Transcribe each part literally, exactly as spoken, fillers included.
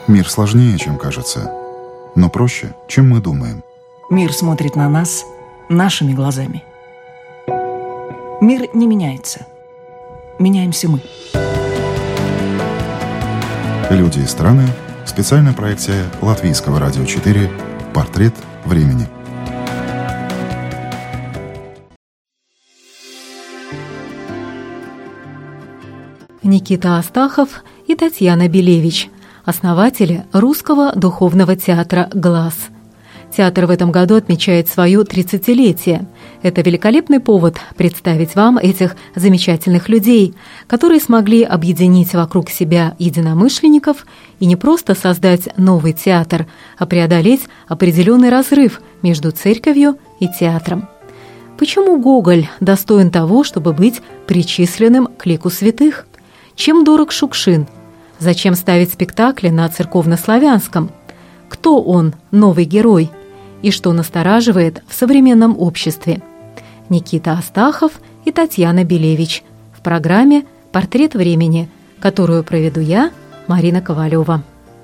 Мир сложнее, чем кажется, но проще, чем мы думаем. Мир смотрит на нас нашими глазами. Мир не меняется. Меняемся мы. Люди и страны. Специальная проекция Латвийского радио четыре «Портрет времени». Никита Астахов и Татьяна Белевич, основатели Русского духовного театра «Глас». Театр в этом году отмечает свое тридцатилетие. Это великолепный повод представить вам этих замечательных людей, которые смогли объединить вокруг себя единомышленников и не просто создать новый театр, а преодолеть определенный разрыв между церковью и театром. Почему Гоголь достоин того, чтобы быть причисленным к лику святых? Чем дорог Шукшин? Зачем ставить спектакли на церковнославянском? Кто он, новый герой? И что настораживает в современном обществе? Никита Астахов и Татьяна Белевич в программе «Портрет времени», которую проведу я, Марина Ковалева.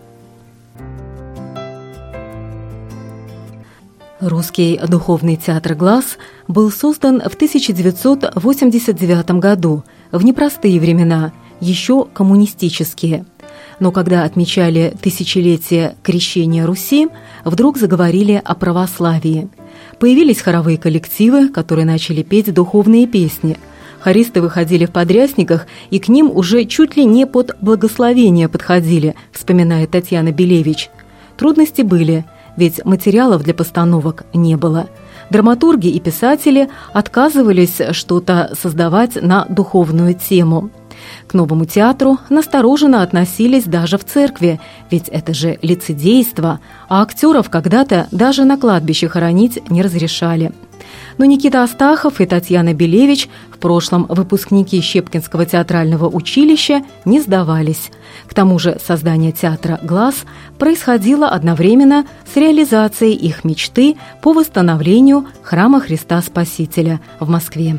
Русский духовный театр «Глас» был создан в тысяча девятьсот восемьдесят девятом году, в непростые времена, еще коммунистические. Но когда отмечали тысячелетие крещения Руси, вдруг заговорили о православии. Появились хоровые коллективы, которые начали петь духовные песни. Хористы выходили в подрясниках, и к ним уже чуть ли не под благословение подходили, вспоминает Татьяна Белевич. Трудности были, ведь материалов для постановок не было. Драматурги и писатели отказывались что-то создавать на духовную тему. К новому театру настороженно относились даже в церкви, ведь это же лицедейство, а актеров когда-то даже на кладбище хоронить не разрешали. Но Никита Астахов и Татьяна Белевич, в прошлом выпускники Щепкинского театрального училища, не сдавались. К тому же создание театра «Глас» происходило одновременно с реализацией их мечты по восстановлению храма Христа Спасителя в Москве.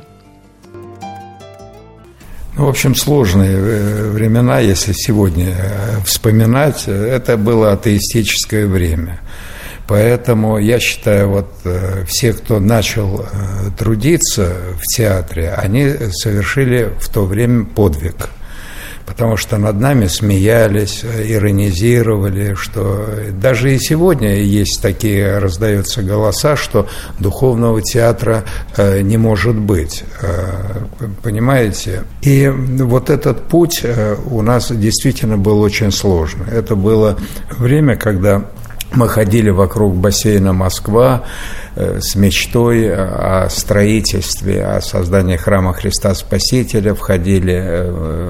Ну, в общем, сложные времена, если сегодня вспоминать, это было атеистическое время. Поэтому я считаю, вот все, кто начал трудиться в театре, они совершили в то время подвиг. Потому что над нами смеялись, иронизировали, что даже и сегодня есть такие, раздаются голоса, что духовного театра не может быть, понимаете? И вот этот путь у нас действительно был очень сложный. Это было время, когда мы ходили вокруг бассейна «Москва» с мечтой о строительстве, о создании храма Христа Спасителя, входили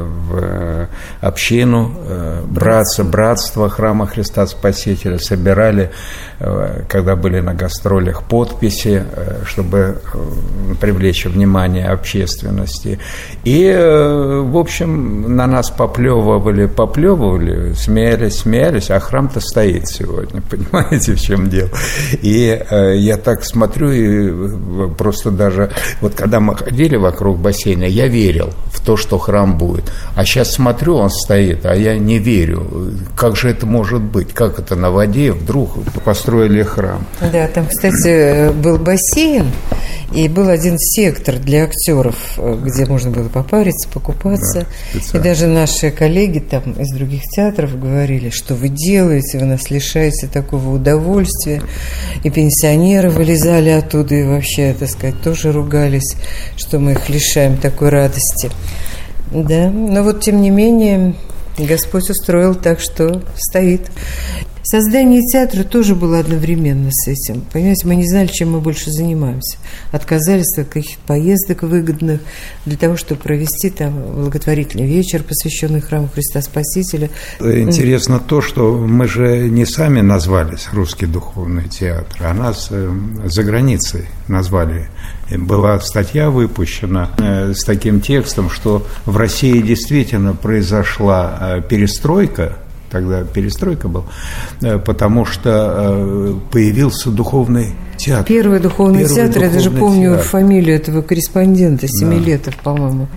в общину братства, братства храма Христа Спасителя, собирали, когда были на гастролях, подписи, чтобы привлечь внимание общественности. И, в общем, на нас поплевывали, поплевывали, смеялись, смеялись, а храм-то стоит сегодня, понимаете, в чем дело? И я так смотрю, и просто даже, вот когда мы ходили вокруг бассейна, я верил в то, что храм будет. А сейчас смотрю, он стоит, а я не верю. Как же это может быть? Как это на воде вдруг построили храм? Да, там, кстати, был бассейн, и был один сектор для актеров, где можно было попариться, покупаться. Да, и даже наши коллеги там из других театров говорили, что вы делаете, вы нас лишаете такого удовольствия. И пенсионеры вылезали оттуда и вообще, так сказать, тоже ругались, что мы их лишаем такой радости. Да, но вот тем не менее Господь устроил так, что стоит. Создание театра тоже было одновременно с этим. Понимаете, мы не знали, чем мы больше занимаемся. Отказались от каких-то поездок выгодных для того, чтобы провести там благотворительный вечер, посвященный храму Христа Спасителя. Интересно то, что мы же не сами назвались «Русский духовный театр», а нас за границей назвали. Была статья выпущена с таким текстом, что в России действительно произошла перестройка. Тогда перестройка была, потому что появился духовный театр. Первый духовный Первый театр, духовный я даже помню театр. Фамилию этого корреспондента, Семилетов, да. По-моему.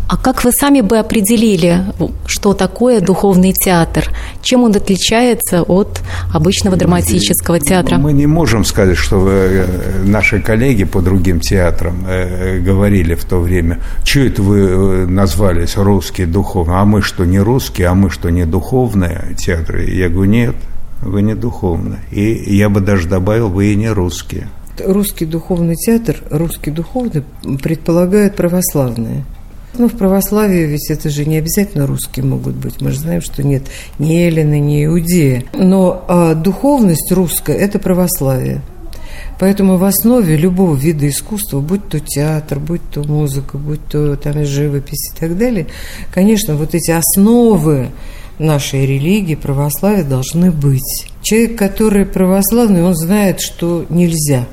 А как вы сами бы определили, что такое духовный театр? Чем он отличается от обычного драматического театра? Мы не можем сказать, что наши коллеги по другим театрам говорили в то время, что это вы назвались русский духовный, а мы что, не русские, а мы что, не духовные театры? Я говорю, нет, вы не духовные. И я бы даже добавил, вы и не русские. Русский духовный театр, русский духовный предполагает православное. Ну, в православии ведь это же не обязательно русские могут быть. Мы же знаем, что нет ни эллины, ни иудея. Но а, духовность русская – это православие. Поэтому в основе любого вида искусства, будь то театр, будь то музыка, будь то там, живопись и так далее, конечно, вот эти основы нашей религии, православия должны быть. Человек, который православный, он знает, что нельзя.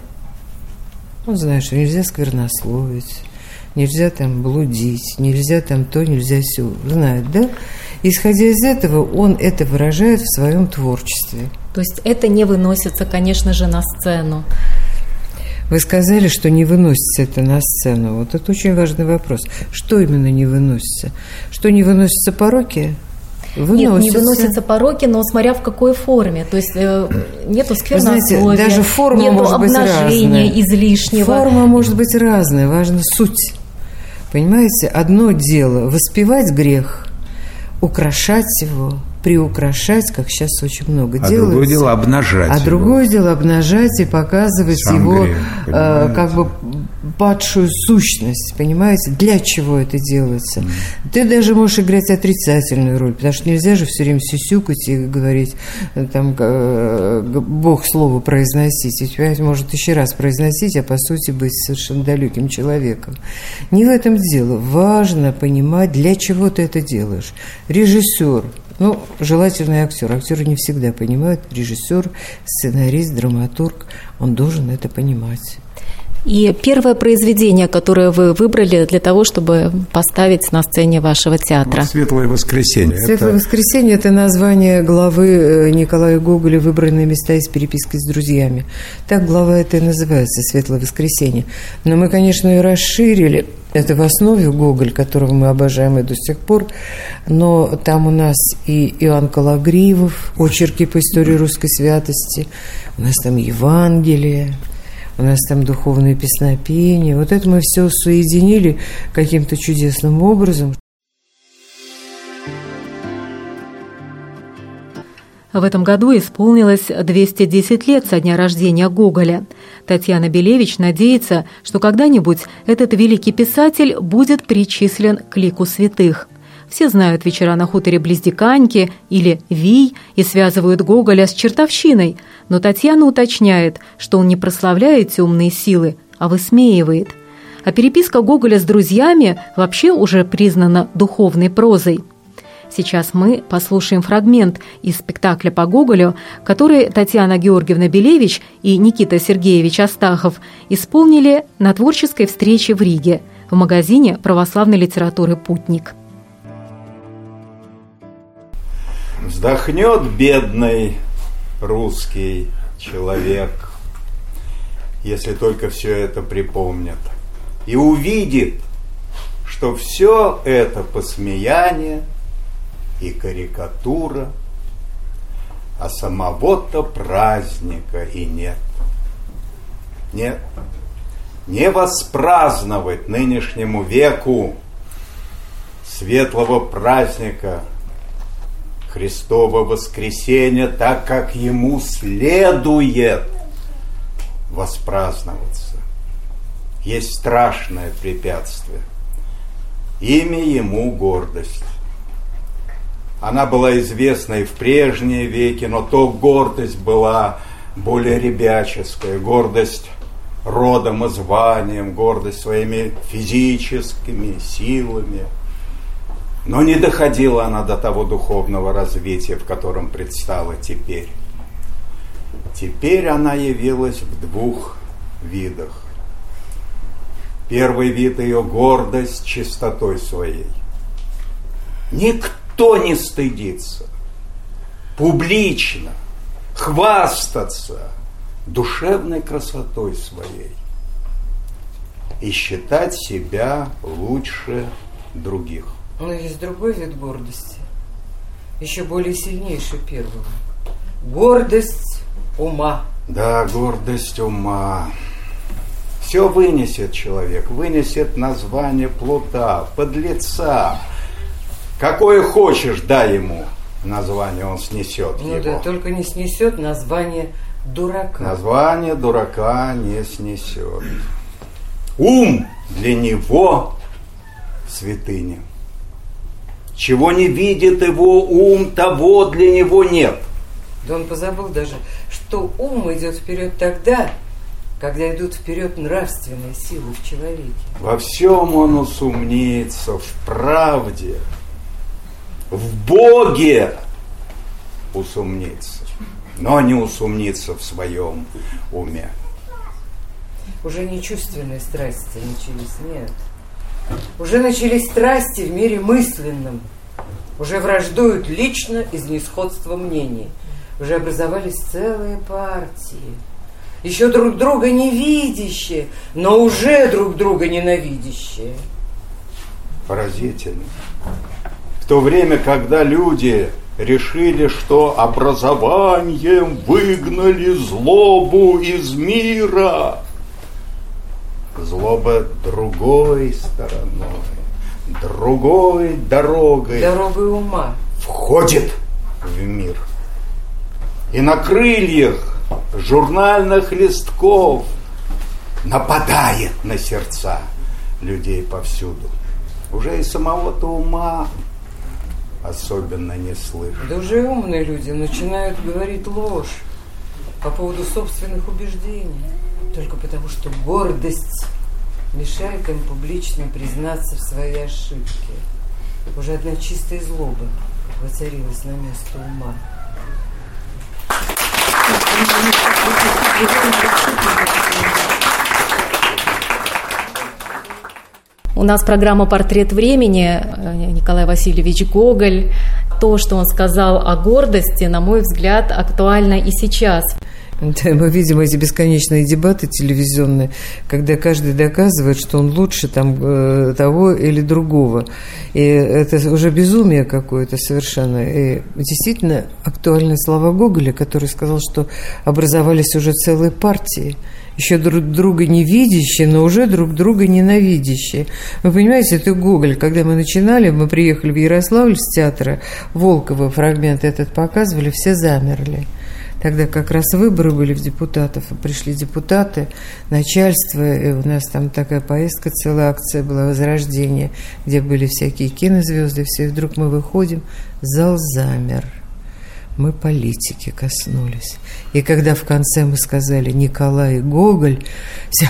Он знает, что нельзя сквернословить. Нельзя там блудить, нельзя там то, нельзя сё. Знает, да? Исходя из этого, он это выражает в своем творчестве. То есть это не выносится, конечно же, на сцену. Вы сказали, что не выносится это на сцену. Вот это очень важный вопрос. Что именно не выносится? Что не выносится пороки? Выносится. Нет, не выносятся пороки, но смотря в какой форме. То есть э, нету сквернословия, даже форма нету может быть обнажения разная. Излишнего. Форма может быть разная, важна суть. Понимаете, одно дело воспевать грех, украшать его, приукрашать, как сейчас очень много а делается. А другое дело обнажать А его. другое дело обнажать и показывать Сам его грех, э, как бы падшую сущность, понимаете? Для чего это делается? Mm. Ты даже можешь играть отрицательную роль, потому что нельзя же все время сюсюкать и говорить, там, э, Бог слово произносить. И тебя может еще раз произносить, а по сути быть совершенно далеким человеком. Не в этом дело. Важно понимать, для чего ты это делаешь. Режиссер, ну, желательно и актер. Актеры не всегда понимают. Режиссер, сценарист, драматург, он должен это понимать. И первое произведение, которое вы выбрали для того, чтобы поставить на сцене вашего театра? «Светлое воскресенье». «Светлое это... воскресенье» – это название главы Николая Гоголя «Выбранные места из переписки с друзьями». Так глава это и называется «Светлое воскресенье». Но мы, конечно, ее расширили. Это в основе Гоголь, которого мы обожаем и до сих пор. Но там у нас и Иоанн Кологривов, очерки по истории русской святости. У нас там Евангелие. У нас там духовные песнопения. Вот это мы все соединили каким-то чудесным образом. В этом году исполнилось двести десять лет со дня рождения Гоголя. Татьяна Белевич надеется, что когда-нибудь этот великий писатель будет причислен к лику святых. Все знают вечера на хуторе близ Диканьки или Вий и связывают Гоголя с чертовщиной, но Татьяна уточняет, что он не прославляет темные силы, а высмеивает. А переписка Гоголя с друзьями вообще уже признана духовной прозой. Сейчас мы послушаем фрагмент из спектакля по Гоголю, который Татьяна Георгиевна Белевич и Никита Сергеевич Астахов исполнили на творческой встрече в Риге в магазине православной литературы «Путник». Вздохнет бедный русский человек, если только все это припомнит, и увидит, что все это посмеяние и карикатура, а самого-то праздника и нет. Нет, не воспраздновать нынешнему веку светлого праздника Христово воскресенье так, как ему следует воспраздноваться. Есть страшное препятствие. Имя ему гордость. Она была известна и в прежние веки, но то гордость была более ребяческая, гордость родом и званием, гордость своими физическими силами. Но не доходила она до того духовного развития, в котором предстала теперь. Теперь она явилась в двух видах. Первый вид ее – гордость чистотой своей. Никто не стыдится публично хвастаться душевной красотой своей и считать себя лучше других. Но есть другой вид гордости, еще более сильнейший первого. Гордость ума. Да, гордость ума. Все вынесет человек, вынесет название плута, подлеца. Какое хочешь, дай ему название, он снесет ну, его. Ну да, только не снесет название дурака. Название дурака не снесет. Ум для него святыня. Чего не видит его ум, того для него нет. Да он позабыл даже, что ум идет вперед тогда, когда идут вперед нравственные силы в человеке. Во всем он усомнится, в правде, в Боге усомнится, но не усомнится в своем уме. Уже не чувственные страсти начались, нет. Уже начались страсти в мире мысленном. Уже враждуют лично из несходства мнений. Уже образовались целые партии. Еще друг друга не видящие, но уже друг друга ненавидящие. Поразительно. В то время, когда люди решили, что образованием выгнали злобу из мира, злоба другой стороной, другой дорогой, дорогой ума входит в мир. И на крыльях журнальных листков нападает на сердца людей повсюду. Уже и самого-то ума особенно не слышно. Да уже и умные люди начинают говорить ложь по поводу собственных убеждений, только потому что гордость мешает им публично признаться в своей ошибке. Уже одна чистая злоба воцарилась на место ума. У нас программа «Портрет времени». Николай Васильевич Гоголь. То, что он сказал о гордости, на мой взгляд, актуально и сейчас. Да, мы видим эти бесконечные дебаты телевизионные, когда каждый доказывает, что он лучше там, того или другого. И это уже безумие какое-то совершенно. И действительно актуальны слова Гоголя, который сказал, что образовались уже целые партии, еще друг друга не видящие, но уже друг друга ненавидящие. Вы понимаете, это Гоголь. Когда мы начинали, мы приехали в Ярославль с театра Волкова, фрагмент этот показывали, все замерли. Тогда как раз выборы были в депутатов, и пришли депутаты, начальство, и у нас там такая поездка, целая акция была «Возрождение», где были всякие кинозвезды, все, и вдруг мы выходим, зал замер. Мы политики коснулись. И когда в конце мы сказали «Николай Гоголь», все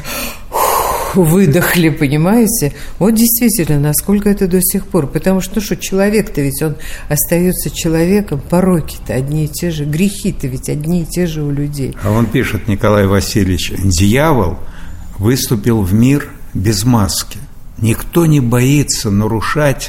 выдохли, понимаете? Вот действительно, насколько это до сих пор. Потому что, ну что, человек-то ведь, он остается человеком, пороки-то одни и те же, грехи-то ведь одни и те же у людей. А он пишет, Николай Васильевич, дьявол выступил в мир без маски. Никто не боится нарушать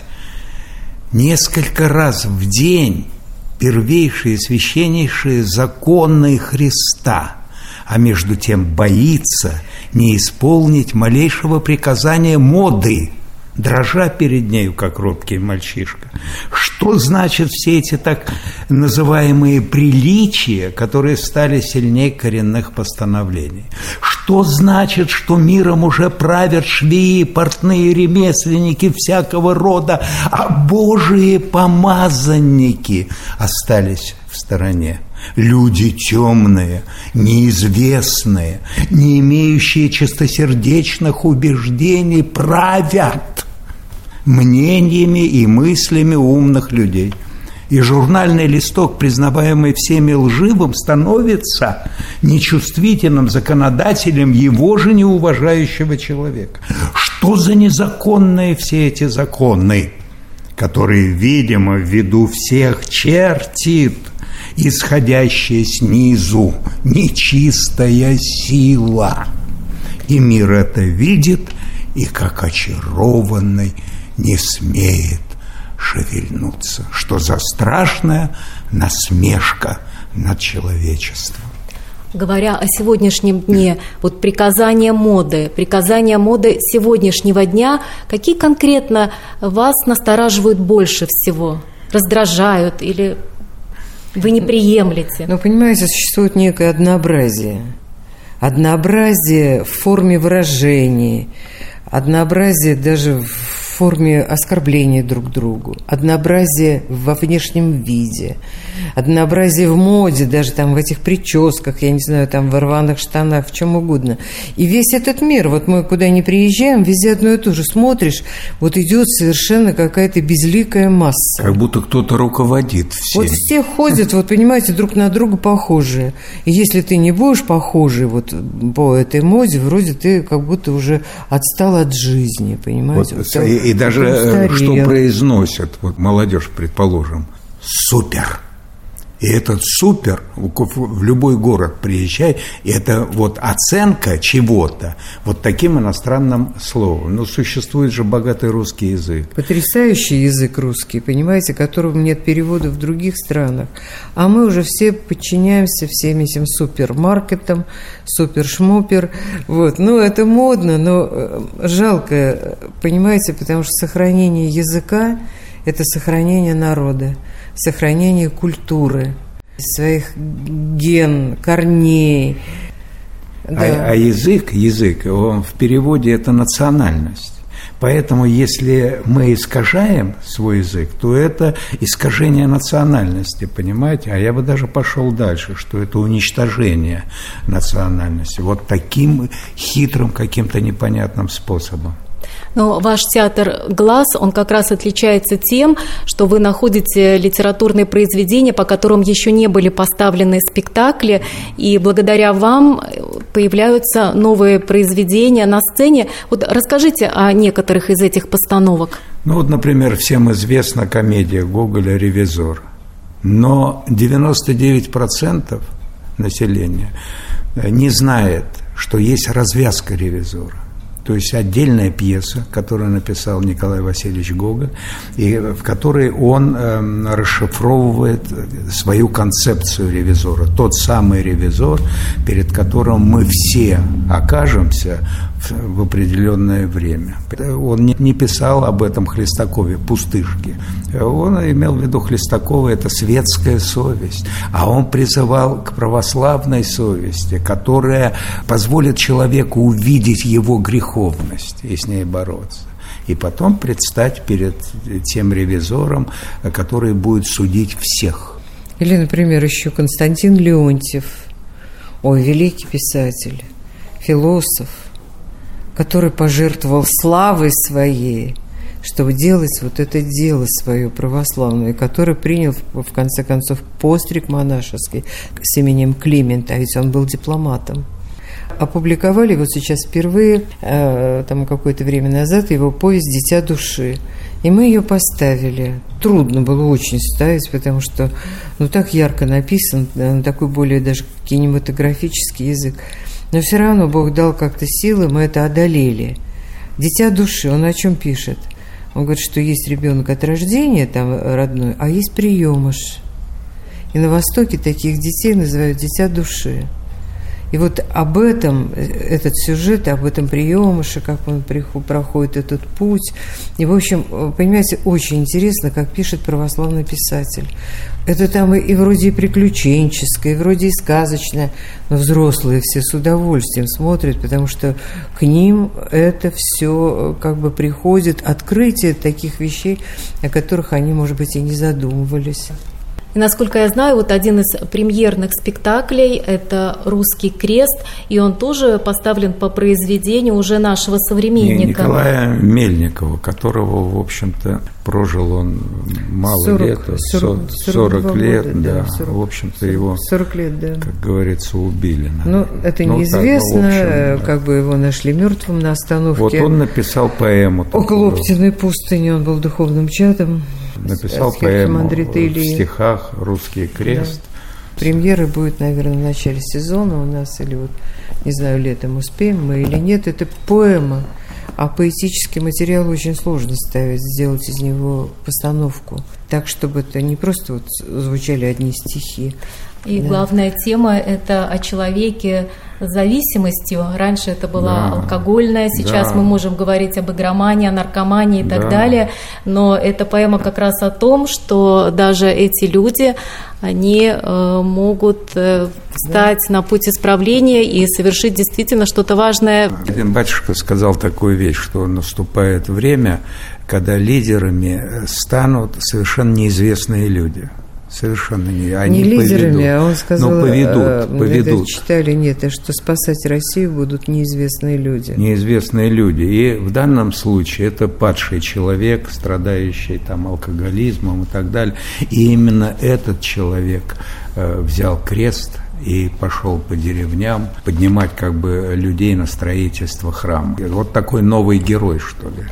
несколько раз в день первейшие, священнейшие законы Христа, а между тем боится не исполнить малейшего приказания моды, дрожа перед нею, как робкий мальчишка. Что значит все эти так называемые приличия, которые стали сильнее коренных постановлений? Что значит, что миром уже правят швеи, портные, ремесленники всякого рода, а Божии помазанники остались в стороне? Люди темные, неизвестные, не имеющие чистосердечных убеждений, правят мнениями и мыслями умных людей. И журнальный листок, признаваемый всеми лживым, становится нечувствительным законодателем его же неуважающего человека. Что за незаконные все эти законы, которые, видимо, в виду всех чертит исходящая снизу нечистая сила. И мир это видит, и как очарованный не смеет шевельнуться. Что за страшная насмешка над человечеством. Говоря о сегодняшнем дне, вот приказания моды, приказания моды сегодняшнего дня, какие конкретно вас настораживают больше всего? Раздражают или вы не приемлете? Ну, понимаете, существует некое однообразие. Однообразие в форме выражений, однообразие даже в форме оскорбления друг другу, однообразие во внешнем виде, однообразие в моде, даже там в этих прическах, я не знаю, там в рваных штанах, в чем угодно. И весь этот мир, вот мы куда ни приезжаем, везде одно и то же. Смотришь, вот идет совершенно какая-то безликая масса. Как будто кто-то руководит всем. Вот все ходят, вот понимаете, друг на друга похожие. И если ты не будешь похожий вот по этой моде, вроде ты как будто уже отстал от жизни, понимаете? Вот, вот, и, и даже что произносят вот молодежь, предположим, супер. И этот супер, в любой город приезжай, и это вот оценка чего-то вот таким иностранным словом. Но существует же богатый русский язык. Потрясающий язык русский, понимаете, которого нет перевода в других странах. А мы уже все подчиняемся всем этим супермаркетам, супершмупер. Вот. Ну, это модно, но жалко, понимаете, потому что сохранение языка – это сохранение народа, сохранение культуры, своих ген, корней. Да. А, а язык, язык, он в переводе это национальность. Поэтому, если мы искажаем свой язык, то это искажение национальности, понимаете? А я бы даже пошел дальше, что это уничтожение национальности. Вот таким хитрым, каким-то непонятным способом. Но ваш театр «Глаз», он как раз отличается тем, что вы находите литературные произведения, по которым еще не были поставлены спектакли, и благодаря вам появляются новые произведения на сцене. Вот расскажите о некоторых из этих постановок. Ну вот, например, всем известна комедия Гоголя «Ревизор». Но девяносто девять процентов населения не знает, что есть развязка «Ревизора». То есть отдельная пьеса, которую написал Николай Васильевич Гоголь, и в которой он э, расшифровывает свою концепцию ревизора. Тот самый ревизор, перед которым мы все окажемся в, в определенное время. Он не, не писал об этом Хлестакове, пустышке. Он имел в виду Хлестакова, это светская совесть. А он призывал к православной совести, которая позволит человеку увидеть его греховность и с ней бороться. И потом предстать перед тем ревизором, который будет судить всех. Или, например, еще Константин Леонтьев, ой, великий писатель, философ, который пожертвовал славой своей, чтобы делать вот это дело свое православное, который принял, в конце концов, постриг монашеский с именем Климент, а ведь он был дипломатом. Опубликовали вот сейчас впервые, э, там какое-то время назад, его повесть «Дитя души». И мы ее поставили. Трудно было очень ставить, потому что ну, так ярко написан, на такой более даже кинематографический язык. Но все равно Бог дал как-то силы, мы это одолели. «Дитя души», он о чем пишет? Он говорит, что есть ребенок от рождения, там родной, а есть приемыш. И на Востоке таких детей называют «дитя души». И вот об этом, этот сюжет, об этом приемыше, как он проходит этот путь. И, в общем, понимаете, очень интересно, как пишет православный писатель. Это там и, и вроде и приключенческое, и вроде и сказочное, но взрослые все с удовольствием смотрят, потому что к ним это все как бы приходит, открытие таких вещей, о которых они, может быть, и не задумывались. И, насколько я знаю, вот один из премьерных спектаклей – это «Русский крест», и он тоже поставлен по произведению уже нашего современника. Николая Мельникова, которого, в общем-то, прожил он мало сорок, лет, сорок, сорок лет, года, да, сорок, в общем-то, его, сорок лет, да. как говорится, убили. Ну, это ну, неизвестно, так, общем, как да. бы его нашли мертвым на остановке. Вот он написал поэму. Около Оптиной пустыни, он был духовным чадом. Написал поэму в стихах «Русский крест». Да. Премьера будет, наверное, в начале сезона у нас, или вот, не знаю, летом успеем мы или нет. Это поэма А поэтический материал очень сложно ставить, сделать из него постановку так, чтобы это не просто вот звучали одни стихи. И да. Главная тема – это о человеке с зависимостью. Раньше это была да. алкогольная, сейчас да. мы можем говорить об игромании, о наркомании и так да. далее. Но эта поэма как раз о том, что даже эти люди, они э, могут э, встать да. на путь исправления и совершить действительно что-то важное. Один батюшка сказал такую вещь, что наступает время, когда лидерами станут совершенно неизвестные люди. Совершенно не, они не лидерами, поведут. А он сказал, но поведут, мы поведут. читали, нет, что спасать Россию будут неизвестные люди. Неизвестные люди. И в данном случае это падший человек, страдающий там алкоголизмом и так далее. И именно этот человек э, взял крест и пошел по деревням поднимать как бы людей на строительство храма. Вот такой новый герой, что ли.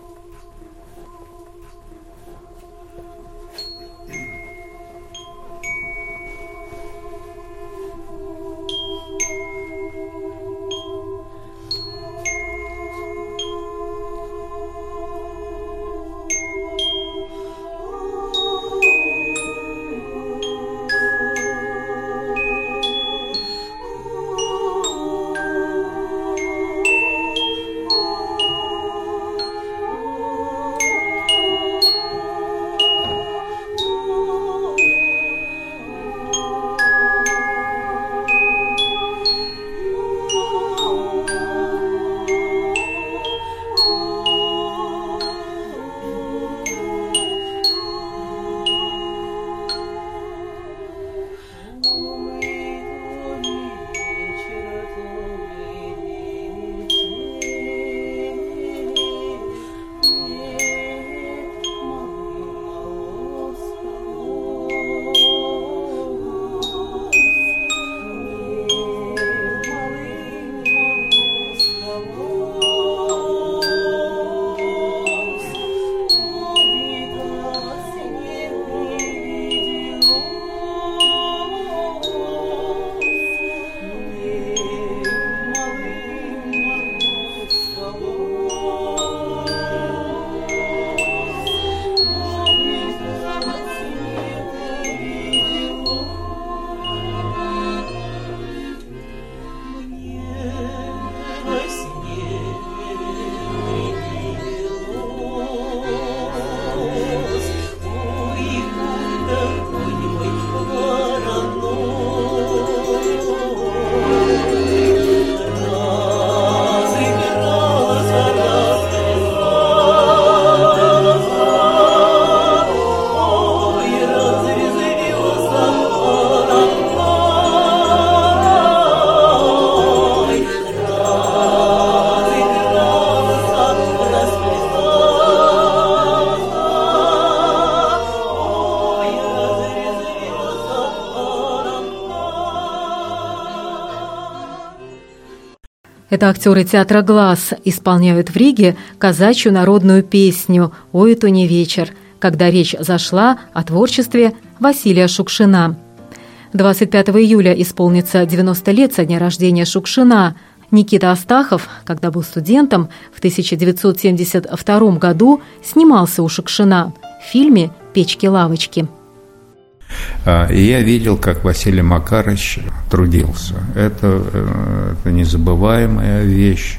Это актеры театра «Глаз» исполняют в Риге казачью народную песню «Ой, то не вечер», когда речь зашла о творчестве Василия Шукшина. двадцать пятого июля исполнится девяносто лет со дня рождения Шукшина. Никита Астахов, когда был студентом, в тысяча девятьсот семьдесят втором году снимался у Шукшина в фильме «Печки-лавочки». И я видел, как Василий Макарович трудился. Это, это незабываемая вещь.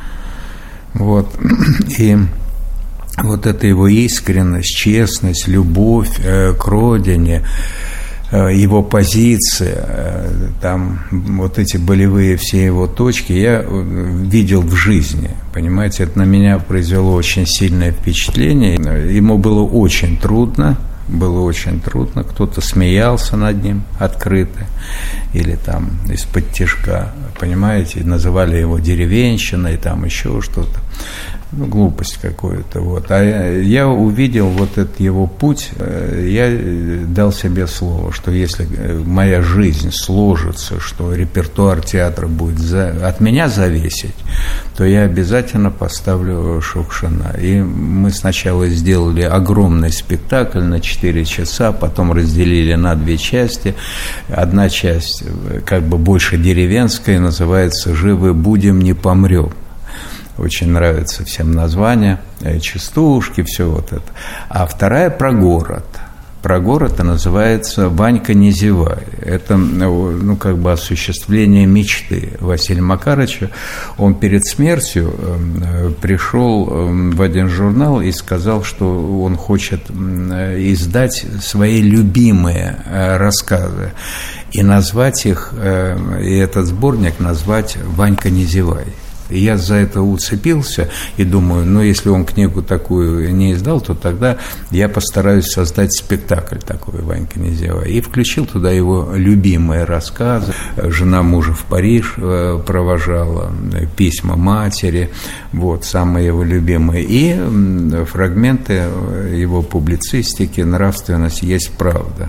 Вот. И вот эта его искренность, честность, любовь к родине, его позиция, там вот эти болевые все его точки я видел в жизни, понимаете, это на меня произвело очень сильное впечатление. Ему было очень трудно, было очень трудно, кто-то смеялся над ним открыто или там из-под тишка, понимаете, называли его деревенщиной, там еще что-то. Ну, глупость какую-то. Вот. А я, я увидел вот этот его путь, я дал себе слово, что если моя жизнь сложится, что репертуар театра будет за, от меня зависеть, то я обязательно поставлю Шукшина. И мы сначала сделали огромный спектакль на четыре часа, потом разделили на две части. Одна часть как бы больше деревенская, называется «Живы будем, не помрем». очень нравится всем название, частушки, все вот это. А вторая про город. Про город называется «Ванька, не зевай». Это, ну, как бы осуществление мечты Василия Макарыча. Он перед смертью пришел в один журнал и сказал, что он хочет издать свои любимые рассказы и назвать их, и этот сборник назвать «Ванька, не зевай». И я за это уцепился и думаю, ну, если он книгу такую не издал, то тогда я постараюсь создать спектакль такой «Ванька, не зевай». И включил туда его любимые рассказы. «Жена мужа в Париж» провожала, «Письма матери», вот, самые его любимые. И фрагменты его публицистики «Нравственность есть правда».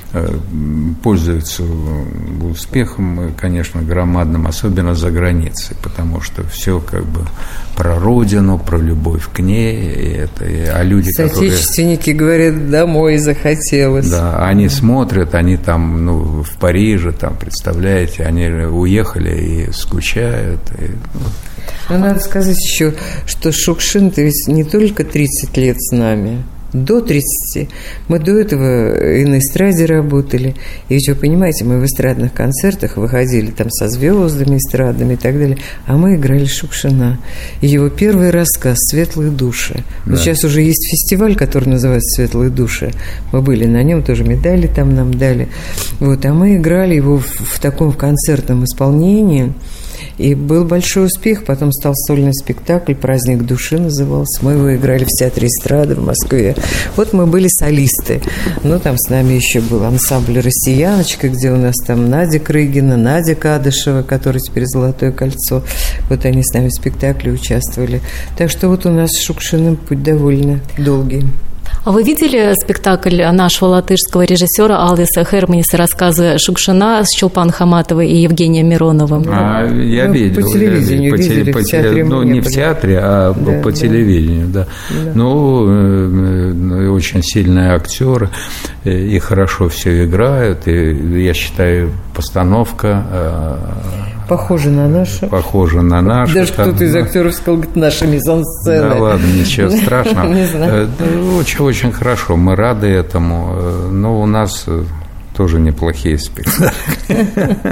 Пользуются успехом, конечно, громадным, особенно за границей, потому что все как бы про родину, про любовь к ней, и это, и, а люди, соотечественники которые, говорят, домой захотелось. Да, они смотрят, они там, ну, в Париже, там, представляете, они уехали и скучают. И, ну. Но надо сказать еще, что Шукшин-то ведь не только тридцать лет с нами, до тридцати. Мы до этого и на эстраде работали. И ведь вы понимаете, мы в эстрадных концертах выходили там со звездами, эстрадами и так далее. А мы играли Шукшина. И его первый рассказ «Светлые души». Да. Вот сейчас уже есть фестиваль, который называется «Светлые души». Мы были на нем, тоже медали там нам дали. Вот, а мы играли его в, в таком концертном исполнении. И был большой успех, потом стал сольный спектакль «Праздник души» назывался. Мы его играли в театре эстрады в Москве. Вот мы были солисты. Ну, там с нами еще был ансамбль «Россияночка», где у нас там Надя Крыгина, Надя Кадышева, которая теперь «Золотое кольцо». Вот они с нами в спектакле участвовали. Так что вот у нас с Шукшиным путь довольно долгий. А вы видели спектакль нашего латышского режиссера Алдиса Херманиса «Рассказы Шукшина» с Чулпан Хаматовой и Евгением Мироновым? А, я Мы видел. По телевидению по, видели, по, в театре ну, не, не в театре, а да, по да. телевидению, да. да. Ну, э, очень сильные актеры, и хорошо все играют, и я считаю, постановка... Э, Похоже на нашу. Похоже на нашу. Даже там, кто-то из актеров сказал, говорит, наша мизансцена. Да ладно, ничего страшного. Не знаю. Очень-очень хорошо, мы рады этому. Но у нас тоже неплохие спектакли.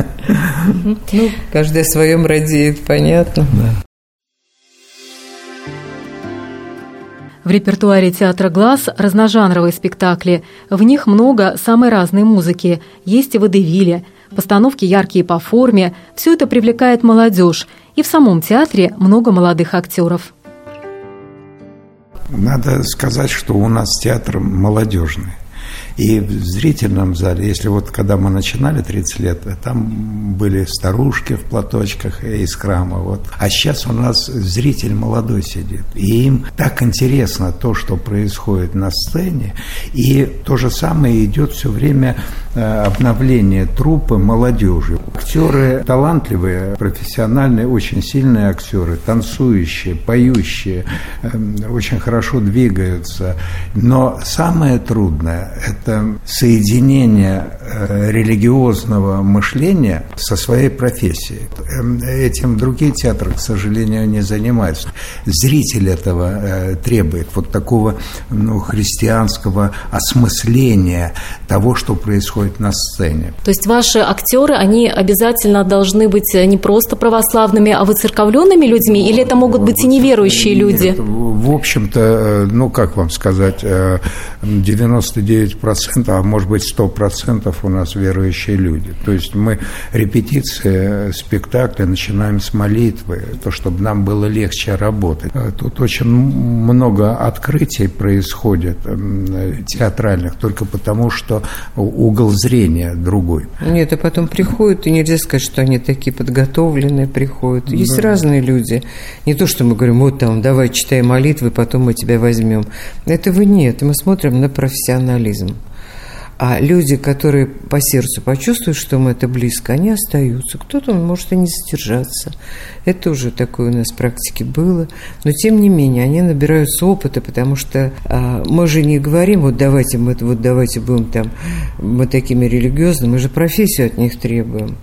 Ну, каждый о своем радеет, понятно. В репертуаре театра «Глаз» разножанровые спектакли. В них много самой разной музыки. Есть и водевили, постановки яркие по форме. Все это привлекает молодежь. И в самом театре много молодых актеров. Надо сказать, что у нас театр молодежный. И в зрительном зале, если вот когда мы начинали тридцать лет, там были старушки в платочках из храма. Вот. А сейчас у нас зритель молодой сидит. И им так интересно то, что происходит на сцене. И то же самое идет все время обновление труппы молодежи. Актеры талантливые, профессиональные, очень сильные актеры, танцующие, поющие, очень хорошо двигаются. Но самое трудное – это соединение религиозного мышления со своей профессией. Этим другие театры, к сожалению, не занимаются. Зритель этого требует, вот такого, ну, христианского осмысления того, что происходит на сцене. То есть ваши актеры, они обязательно должны быть не просто православными, а выцерковленными людьми, или это могут быть и неверующие люди? Нет, в общем-то, ну, как вам сказать, девяносто девять процентов, а может быть сто процентов у нас верующие люди. То есть мы репетиции спектакля начинаем с молитвы, то, чтобы нам было легче работать. Тут очень много открытий происходит театральных, только потому, что угол зрения другой. Нет, а потом приходят, и нельзя сказать, что они такие подготовленные приходят. Есть да. разные люди. Не то, что мы говорим, вот там, давай читай молитвы, потом мы тебя возьмем. Этого нет. Мы смотрим на профессионализм. А люди, которые по сердцу почувствуют, что им это близко, они остаются. Кто-то может и не задержаться. Это уже такое у нас в практике было. Но, тем не менее, они набираются опыта, потому что а, мы же не говорим, вот давайте мы вот давайте будем там, мы такими религиозными, мы же профессию от них требуем.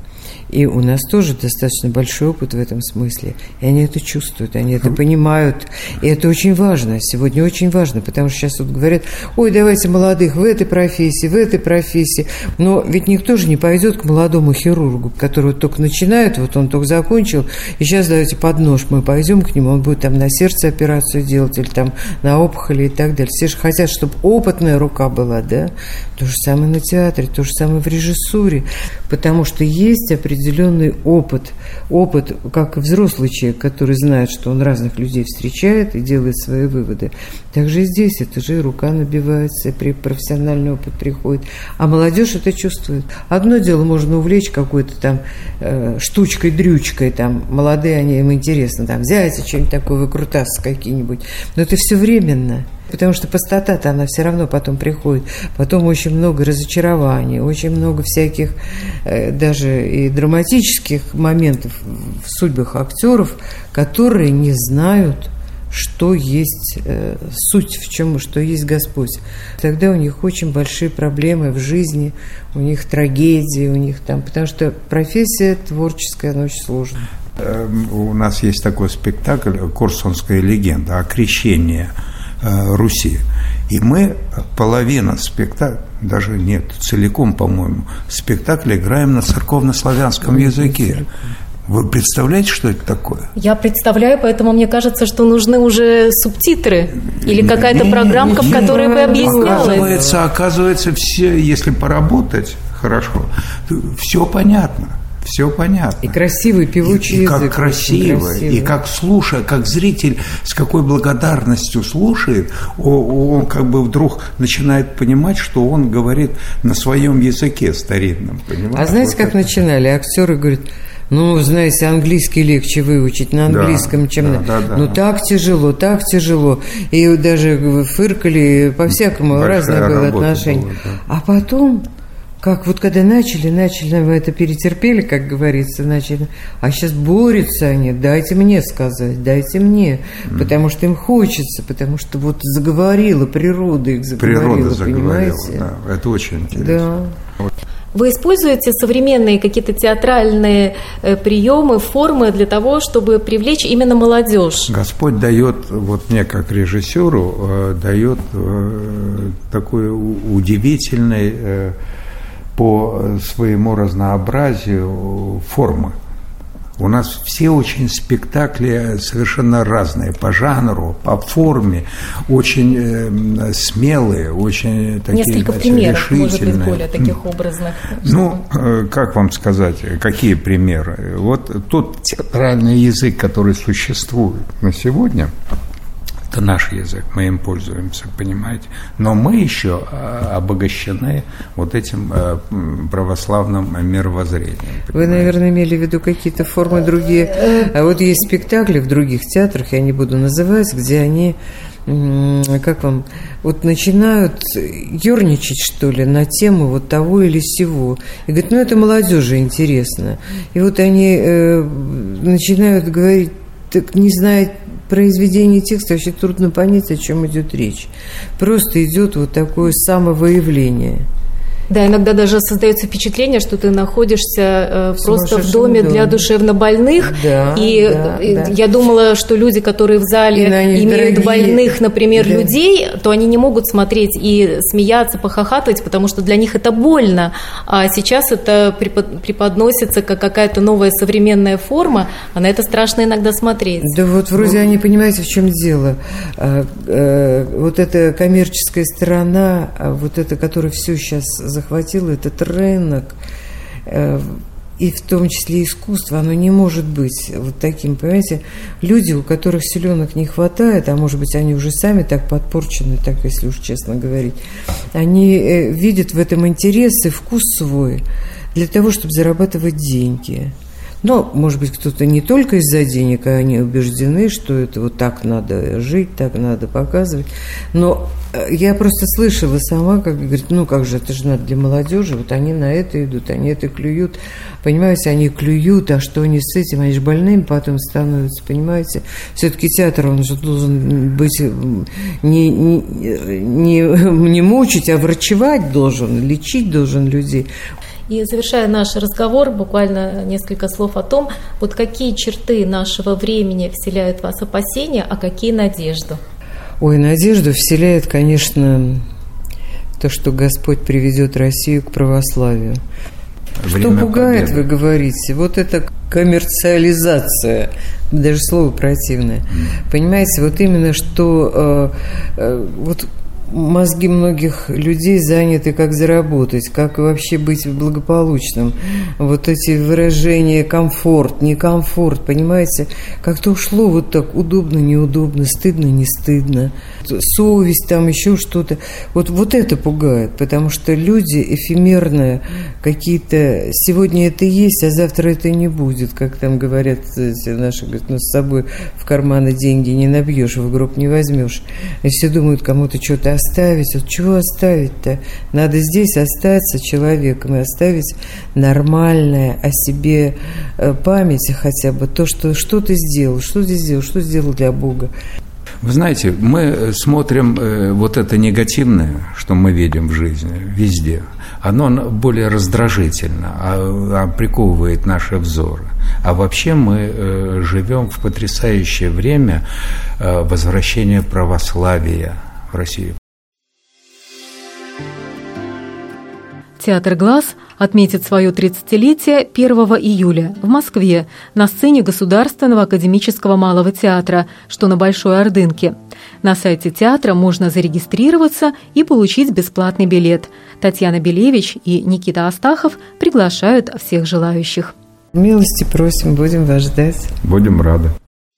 И у нас тоже достаточно большой опыт в этом смысле. И они это чувствуют, они это понимают. И это очень важно. Сегодня очень важно, потому что сейчас вот говорят, ой, давайте молодых в этой профессии, в этой профессии. Но ведь никто же не пойдет к молодому хирургу, который только начинает, вот он только закончил, и сейчас давайте под нож мы пойдем к нему, он будет там на сердце операцию делать или там на опухоли и так далее. Все же хотят, чтобы опытная рука была, да? То же самое на театре, то же самое в режиссуре, потому что есть определенный опыт, опыт, как и взрослый человек, который знает, что он разных людей встречает и делает свои выводы. Также и здесь это же и рука набивается, и профессиональный опыт приходит. А молодежь это чувствует. Одно дело можно увлечь какой-то там э, штучкой-дрючкой, там, молодые, они им интересно, там, взять что-нибудь такое, выкрутасы какие-нибудь. Но это все временно. Потому что пустота-то, она все равно потом приходит. Потом очень много разочарований, очень много всяких э, даже и драматических моментов в судьбах актеров, которые не знают, что есть э, суть, в чем, что есть Господь. Тогда у них очень большие проблемы в жизни, у них трагедии, у них там, потому что профессия творческая, она очень сложная. У нас есть такой спектакль «Корсунская легенда» о крещении Руси. И мы половину спектакля, даже нет, целиком, по-моему, спектакль играем на церковно-славянском языке. Вы представляете, что это такое? Я представляю, поэтому мне кажется, что нужны уже субтитры или какая-то не, программка, не, в которой бы объяснялось. Оказывается, оказывается, все, если поработать хорошо, все понятно. Все понятно. И красивый певучий и, и язык. Как красиво, красивый. И как слушая, как зритель с какой благодарностью слушает, он, он как бы вдруг начинает понимать, что он говорит на своем языке старинном. Понимаете? А знаете, вот как это. Начинали? Актеры говорят, ну, знаете, английский легче выучить на английском, да, чем да, на... Да, да. Ну, так тяжело, так тяжело. И даже фыркали, по-всякому разное было отношение. Была, да. А потом... Как вот когда начали, начали, мы это перетерпели, как говорится, начали, а сейчас борются они, дайте мне сказать, дайте мне, mm. потому что им хочется, потому что вот заговорила, природа их заговорила, природа заговорила, понимаете? Да, это очень интересно. Да. Вы используете современные какие-то театральные э, приемы, формы для того, чтобы привлечь именно молодежь? Господь дает, вот мне как режиссеру, э, дает э, такой удивительный э, по своему разнообразию формы. У нас все очень спектакли совершенно разные по жанру, по форме, очень э, смелые, очень такие Несколько значит, примеров, решительные. Может быть, более таких образных. Ну, э, как вам сказать, какие примеры? Вот тот театральный язык, который существует на сегодня, это наш язык, мы им пользуемся, понимаете? Но мы еще обогащены вот этим православным мировоззрением. Понимаете? Вы, наверное, имели в виду какие-то формы другие. А вот есть спектакли в других театрах, я не буду называть, где они, как вам, вот начинают ерничать, что ли, на тему вот того или сего. И говорят, ну это молодежи интересно. И вот они э, начинают говорить, так не знают, произведение текста вообще трудно понять, о чем идет речь. Просто идет вот такое самовыявление. Да, иногда даже создается впечатление, что ты находишься э, просто в доме доме. для душевнобольных. Да, и да, э, да. я думала, что люди, которые в зале имеют дорогие. больных, например, да. людей, то они не могут смотреть и смеяться, похохатывать, потому что для них это больно. А сейчас это преподносится как какая-то новая современная форма, а на это страшно иногда смотреть. Да вот вроде ну. они, понимаете, в чем дело. А, а, вот эта коммерческая сторона, а вот эта, которая все сейчас захватила этот рынок, и в том числе искусство, оно не может быть вот таким, понимаете, люди, у которых силенок не хватает, а может быть они уже сами так подпорчены, так если уж честно говорить, они видят в этом интерес и вкус свой для того, чтобы зарабатывать деньги. Но, может быть, кто-то не только из-за денег, а они убеждены, что это вот так надо жить, так надо показывать. Но я просто слышала сама, как говорит, ну как же, это же надо для молодежи, вот они на это идут, они это клюют. Понимаете, они клюют, а что они с этим, они же больными потом становятся, понимаете. Все-таки театр, он же должен быть не, не, не, не мучить, а врачевать должен, лечить должен людей. И завершая наш разговор, буквально несколько слов о том, вот какие черты нашего времени вселяют в вас опасения, а какие надежду? Ой, надежду вселяет, конечно, то, что Господь приведет Россию к православию. Время что пугает, победы. Вы говорите, вот эта коммерциализация, даже слово противное. Mm. Понимаете, вот именно что э, э, вот мозги многих людей заняты, как заработать, как вообще быть благополучным. Вот эти выражения комфорт, некомфорт, понимаете, как-то ушло вот так удобно, неудобно, стыдно, не стыдно, совесть, там еще что-то. Вот, вот это пугает, потому что люди эфемерные какие-то, сегодня это есть, а завтра это не будет, как там говорят эти наши, говорят, ну с собой в карманы деньги не набьешь, в гроб не возьмешь. И все думают, кому-то что-то оставить. Вот чего оставить-то? Надо здесь остаться человеком и оставить нормальное о себе память хотя бы. То, что, что ты сделал, что ты сделал, что сделал для Бога. Вы знаете, мы смотрим вот это негативное, что мы видим в жизни, везде. Оно более раздражительно, приковывает наши взоры. А вообще мы живем в потрясающее время возвращения православия в Россию. Театр «Глаз» отметит свое тридцатилетие первого июля в Москве на сцене Государственного академического малого театра, что на Большой Ордынке. На сайте театра можно зарегистрироваться и получить бесплатный билет. Татьяна Белевич и Никита Астахов приглашают всех желающих. Милости просим, будем вас ждать. Будем рады.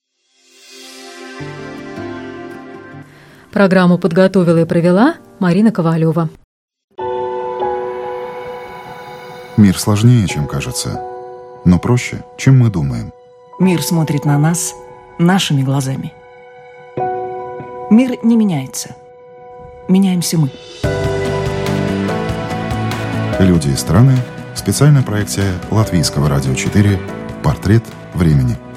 Программу подготовила и провела Марина Ковалева. Мир сложнее, чем кажется, но проще, чем мы думаем. Мир смотрит на нас нашими глазами. Мир не меняется. Меняемся мы. Люди и страны. Специальная проекция Латвийского радио четыре «Портрет времени».